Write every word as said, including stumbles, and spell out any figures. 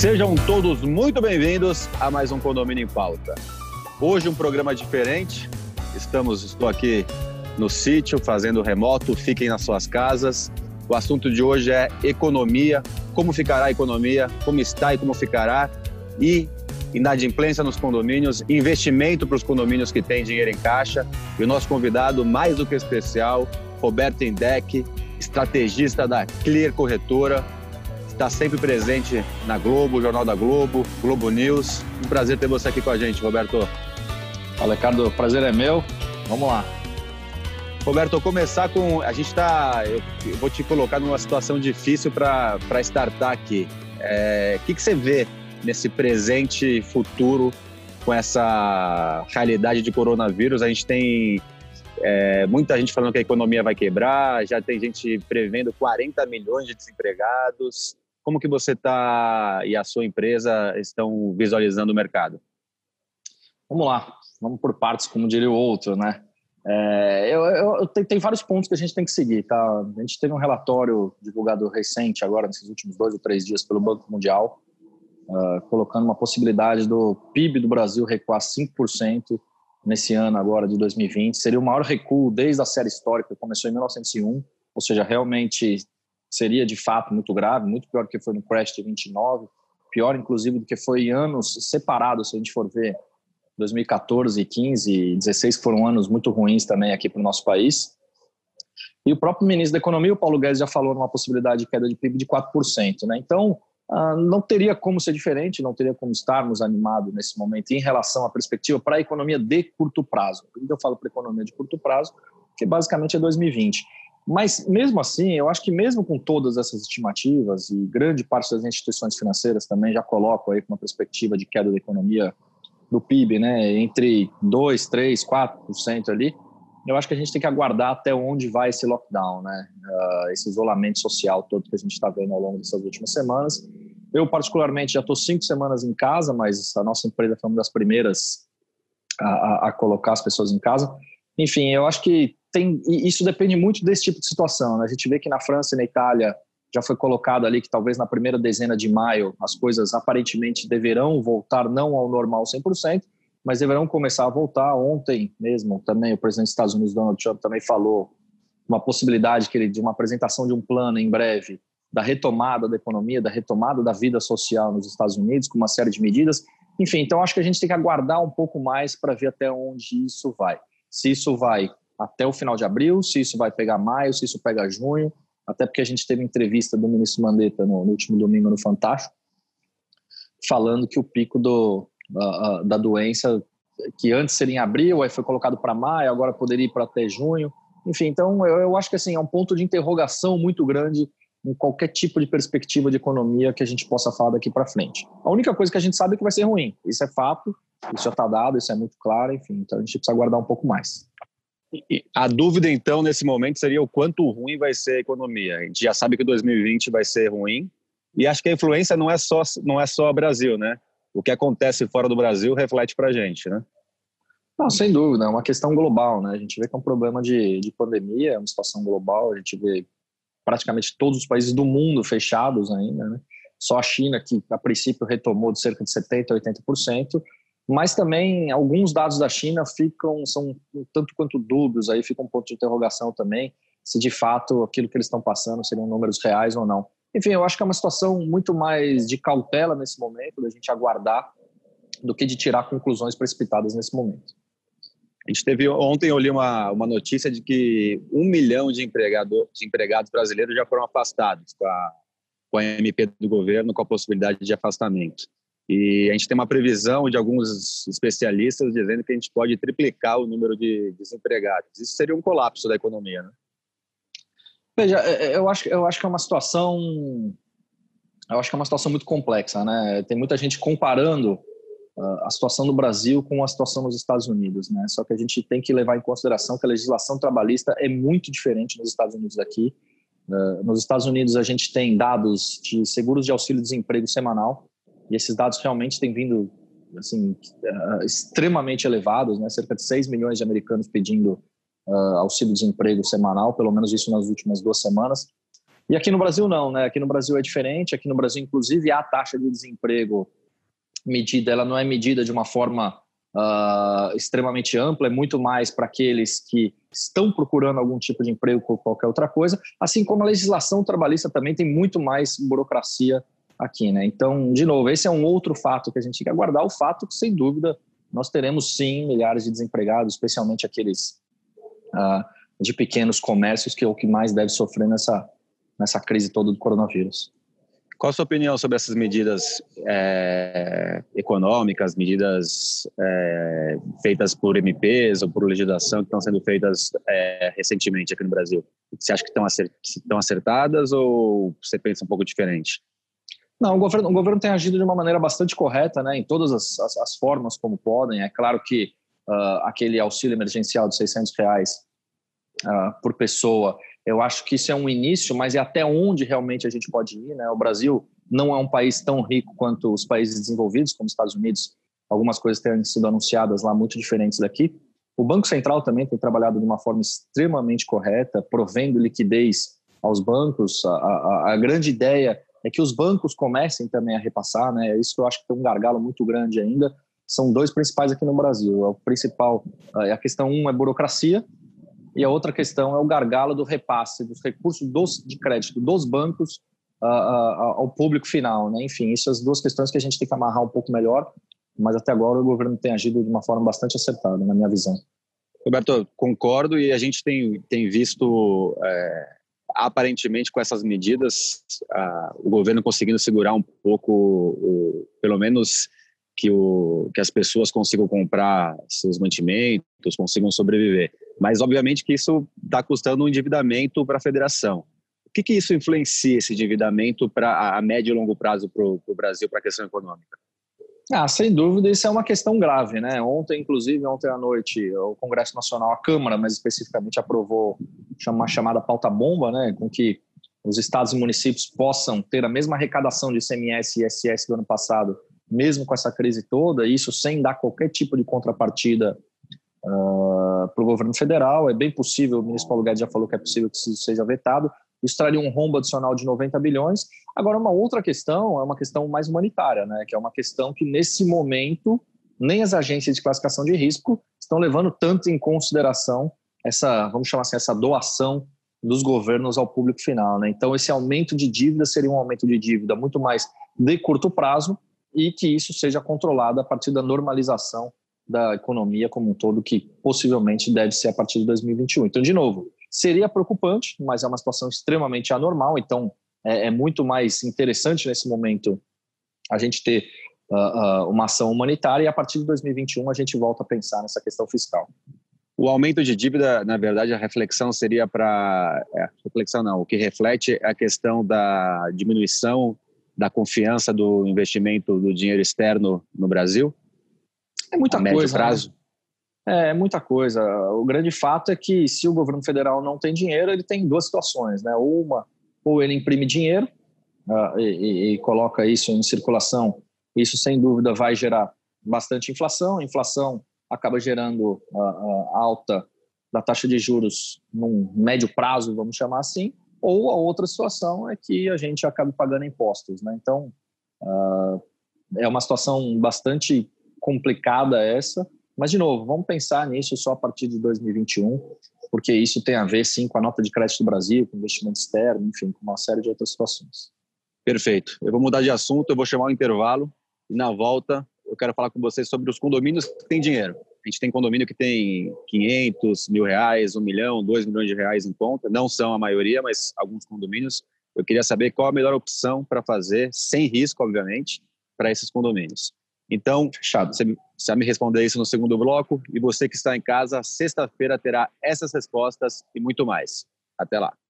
Sejam todos muito bem-vindos a mais um Condomínio em Pauta. Hoje um programa diferente. Estamos, estou aqui no sítio fazendo remoto, fiquem nas suas casas. O assunto de hoje é economia, como ficará a economia, como está e como ficará, e inadimplência nos condomínios, investimento para os condomínios que têm dinheiro em caixa. E o nosso convidado, mais do que especial, Roberto Indec, estrategista da Clear Corretora, está sempre presente na Globo, Jornal da Globo, Globo News. Um prazer ter você aqui com a gente, Roberto. Fala, Ricardo, o prazer é meu. Vamos lá. Roberto, eu vou começar com... A gente está... Eu, eu vou te colocar numa situação difícil para startar aqui. É, o que, que você vê nesse presente e futuro com essa realidade de coronavírus? A gente tem é, muita gente falando que a economia vai quebrar, já tem gente prevendo quarenta milhões de desempregados. Como que você está e a sua empresa estão visualizando o mercado? Vamos lá, vamos por partes, como diria o outro, né? É, eu, eu, eu tem, tem vários pontos que a gente tem que seguir, tá? A gente teve um relatório divulgado recente, agora nesses últimos dois ou três dias, pelo Banco Mundial, uh, colocando uma possibilidade do P I B do Brasil recuar cinco por cento nesse ano agora de dois mil e vinte. Seria o maior recuo desde a série histórica, que começou em mil novecentos e um, ou seja, realmente seria de fato muito grave, muito pior do que foi no crash de vinte e nove, pior inclusive do que foi em anos separados, se a gente for ver dois mil e quatorze, quinze e dezesseis, que foram anos muito ruins também aqui para o nosso país. E o próprio ministro da Economia, o Paulo Guedes, já falou numa possibilidade de queda de P I B de quatro por cento, né? Então, ah, não teria como ser diferente, não teria como estarmos animados nesse momento em relação à perspectiva para a economia de curto prazo. Por que eu falo para a economia de curto prazo? Porque basicamente é dois mil e vinte. Mas, mesmo assim, eu acho que mesmo com todas essas estimativas, e grande parte das instituições financeiras também já colocam aí com uma perspectiva de queda da economia do P I B, né, entre dois, três, quatro por cento ali, eu acho que a gente tem que aguardar até onde vai esse lockdown, né, uh, esse isolamento social todo que a gente está vendo ao longo dessas últimas semanas. Eu, particularmente, já estou cinco semanas em casa, mas a nossa empresa foi uma das primeiras a, a, a colocar as pessoas em casa. Enfim, eu acho que tem, isso depende muito desse tipo de situação, né? A gente vê que na França e na Itália já foi colocado ali que talvez na primeira dezena de maio as coisas aparentemente deverão voltar não ao normal cem por cento, mas deverão começar a voltar. Ontem mesmo também o presidente dos Estados Unidos, Donald Trump, também falou uma possibilidade que ele, de uma apresentação de um plano em breve da retomada da economia, da retomada da vida social nos Estados Unidos, com uma série de medidas. Enfim, então acho que a gente tem que aguardar um pouco mais para ver até onde isso vai. Se isso vai até o final de abril, se isso vai pegar maio, se isso pega junho, até porque a gente teve entrevista do ministro Mandetta no, no último domingo no Fantástico, falando que o pico do, uh, uh, da doença, que antes seria em abril, aí foi colocado para maio, agora poderia ir para até junho. Enfim, então eu, eu acho que assim, é um ponto de interrogação muito grande em qualquer tipo de perspectiva de economia que a gente possa falar daqui para frente. A única coisa que a gente sabe é que vai ser ruim, isso é fato, isso já está dado, isso é muito claro, enfim, então a gente precisa aguardar um pouco mais. A dúvida, então, nesse momento seria o quanto ruim vai ser a economia. A gente já sabe que dois mil e vinte vai ser ruim, e acho que a influência não é só, não é só Brasil, né? O que acontece fora do Brasil reflete para a gente, né? Não, sem dúvida, é uma questão global, né? A gente vê que é um problema de, de pandemia, é uma situação global, a gente vê praticamente todos os países do mundo fechados ainda, né? Só a China, que a princípio retomou de cerca de setenta por cento, oitenta por cento, mas também alguns dados da China ficam, são um tanto quanto dúbios, aí fica um ponto de interrogação também, se de fato aquilo que eles estão passando seriam números reais ou não. Enfim, eu acho que é uma situação muito mais de cautela nesse momento, da gente aguardar, do que de tirar conclusões precipitadas nesse momento. A gente teve, ontem eu li uma, uma notícia de que um milhão de, empregado, de empregados brasileiros já foram afastados com a, com a M P do governo, com a possibilidade de afastamento. E a gente tem uma previsão de alguns especialistas dizendo que a gente pode triplicar o número de desempregados. Isso seria um colapso da economia, né? Veja, eu acho, eu acho que é uma situação, eu acho que é uma situação muito complexa, né? Tem muita gente comparando uh, a situação do Brasil com a situação nos Estados Unidos, né? Só que a gente tem que levar em consideração que a legislação trabalhista é muito diferente nos Estados Unidos daqui. Uh, nos Estados Unidos a gente tem dados de seguros de auxílio-desemprego semanal, e esses dados realmente têm vindo assim, uh, extremamente elevados, né? Cerca de seis milhões de americanos pedindo uh, auxílio-desemprego semanal, pelo menos isso nas últimas duas semanas. E aqui no Brasil não, né? Aqui no Brasil é diferente. Aqui no Brasil, inclusive, a taxa de desemprego medida, ela não é medida de uma forma uh, extremamente ampla, é muito mais para aqueles que estão procurando algum tipo de emprego ou qualquer outra coisa, assim como a legislação trabalhista também tem muito mais burocracia aqui, né? Então, de novo, esse é um outro fato que a gente tem que aguardar, o fato que, sem dúvida, nós teremos sim milhares de desempregados, especialmente aqueles uh, de pequenos comércios, que é o que mais deve sofrer nessa, nessa crise toda do coronavírus. Qual a sua opinião sobre essas medidas é, econômicas, medidas é, feitas por M Ps ou por legislação que estão sendo feitas é, recentemente aqui no Brasil? Você acha que estão, acert, estão acertadas ou você pensa um pouco diferente? Não, o governo, o governo tem agido de uma maneira bastante correta, né, em todas as, as, as formas como podem. É claro que uh, aquele auxílio emergencial de seiscentos reais uh, por pessoa, eu acho que isso é um início, mas é até onde realmente a gente pode ir, né? O Brasil não é um país tão rico quanto os países desenvolvidos, como os Estados Unidos. Algumas coisas têm sido anunciadas lá muito diferentes daqui. O Banco Central também tem trabalhado de uma forma extremamente correta, provendo liquidez aos bancos. A, a, a grande ideia é que os bancos comecem também a repassar, né? É isso que eu acho que tem um gargalo muito grande ainda. São dois principais aqui no Brasil. O principal, a questão um é burocracia, e a outra questão é o gargalo do repasse dos recursos dos, de crédito dos bancos uh, uh, ao público final, né? Enfim, essas duas questões que a gente tem que amarrar um pouco melhor, mas até agora o governo tem agido de uma forma bastante acertada, na minha visão. Roberto, concordo, e a gente tem, tem visto, é, aparentemente, com essas medidas, a, o governo conseguindo segurar um pouco, o, pelo menos que, o, que as pessoas consigam comprar seus mantimentos, consigam sobreviver. Mas, obviamente, que isso está custando um endividamento para a federação. O que, que isso influencia, esse endividamento, para a médio e longo prazo para o Brasil, para a questão econômica? Ah, sem dúvida, isso é uma questão grave, né? Ontem, inclusive, ontem à noite, o Congresso Nacional, a Câmara, mais especificamente, aprovou uma chamada pauta-bomba, né? Com que os estados e municípios possam ter a mesma arrecadação de I C M S e I S S do ano passado, mesmo com essa crise toda, isso sem dar qualquer tipo de contrapartida Uh, para o governo federal. É bem possível, o ministro Paulo Guedes já falou que é possível que isso seja vetado. Isso traria um rombo adicional de noventa bilhões. Agora, uma outra questão é uma questão mais humanitária, né? Que é uma questão que, nesse momento, nem as agências de classificação de risco estão levando tanto em consideração essa, vamos chamar assim, essa doação dos governos ao público final, né? Então, esse aumento de dívida seria um aumento de dívida muito mais de curto prazo e que isso seja controlado a partir da normalização da economia como um todo, que possivelmente deve ser a partir de dois mil e vinte e um. Então, de novo, seria preocupante, mas é uma situação extremamente anormal, então é, é muito mais interessante nesse momento a gente ter uh, uh, uma ação humanitária e a partir de dois mil e vinte e um a gente volta a pensar nessa questão fiscal. O aumento de dívida, na verdade, a reflexão seria para... É, reflexão não, o que reflete é a questão da diminuição da confiança do investimento do dinheiro externo no Brasil? É muita a médio coisa, prazo? Né? É muita coisa. O grande fato é que se o governo federal não tem dinheiro, ele tem duas situações, né? Uma, ou ele imprime dinheiro uh, e, e coloca isso em circulação. Isso, sem dúvida, vai gerar bastante inflação. A inflação acaba gerando uh, uh, alta da taxa de juros num médio prazo, vamos chamar assim. Ou a outra situação é que a gente acabe pagando impostos, né? Então, uh, é uma situação bastante complicada essa, mas de novo, vamos pensar nisso só a partir de dois mil e vinte e um, porque isso tem a ver sim com a nota de crédito do Brasil, com investimento externo, enfim, com uma série de outras situações. Perfeito. Eu vou mudar de assunto, eu vou chamar o intervalo e na volta eu quero falar com vocês sobre os condomínios que têm dinheiro. A gente tem condomínio que tem quinhentos mil reais, um milhão, dois milhões de reais em conta, não são a maioria, mas alguns condomínios. Eu queria saber qual a melhor opção para fazer, sem risco, obviamente, para esses condomínios. Então, fechado. Você, você vai me responder isso no segundo bloco. E você que está em casa, sexta-feira terá essas respostas e muito mais. Até lá.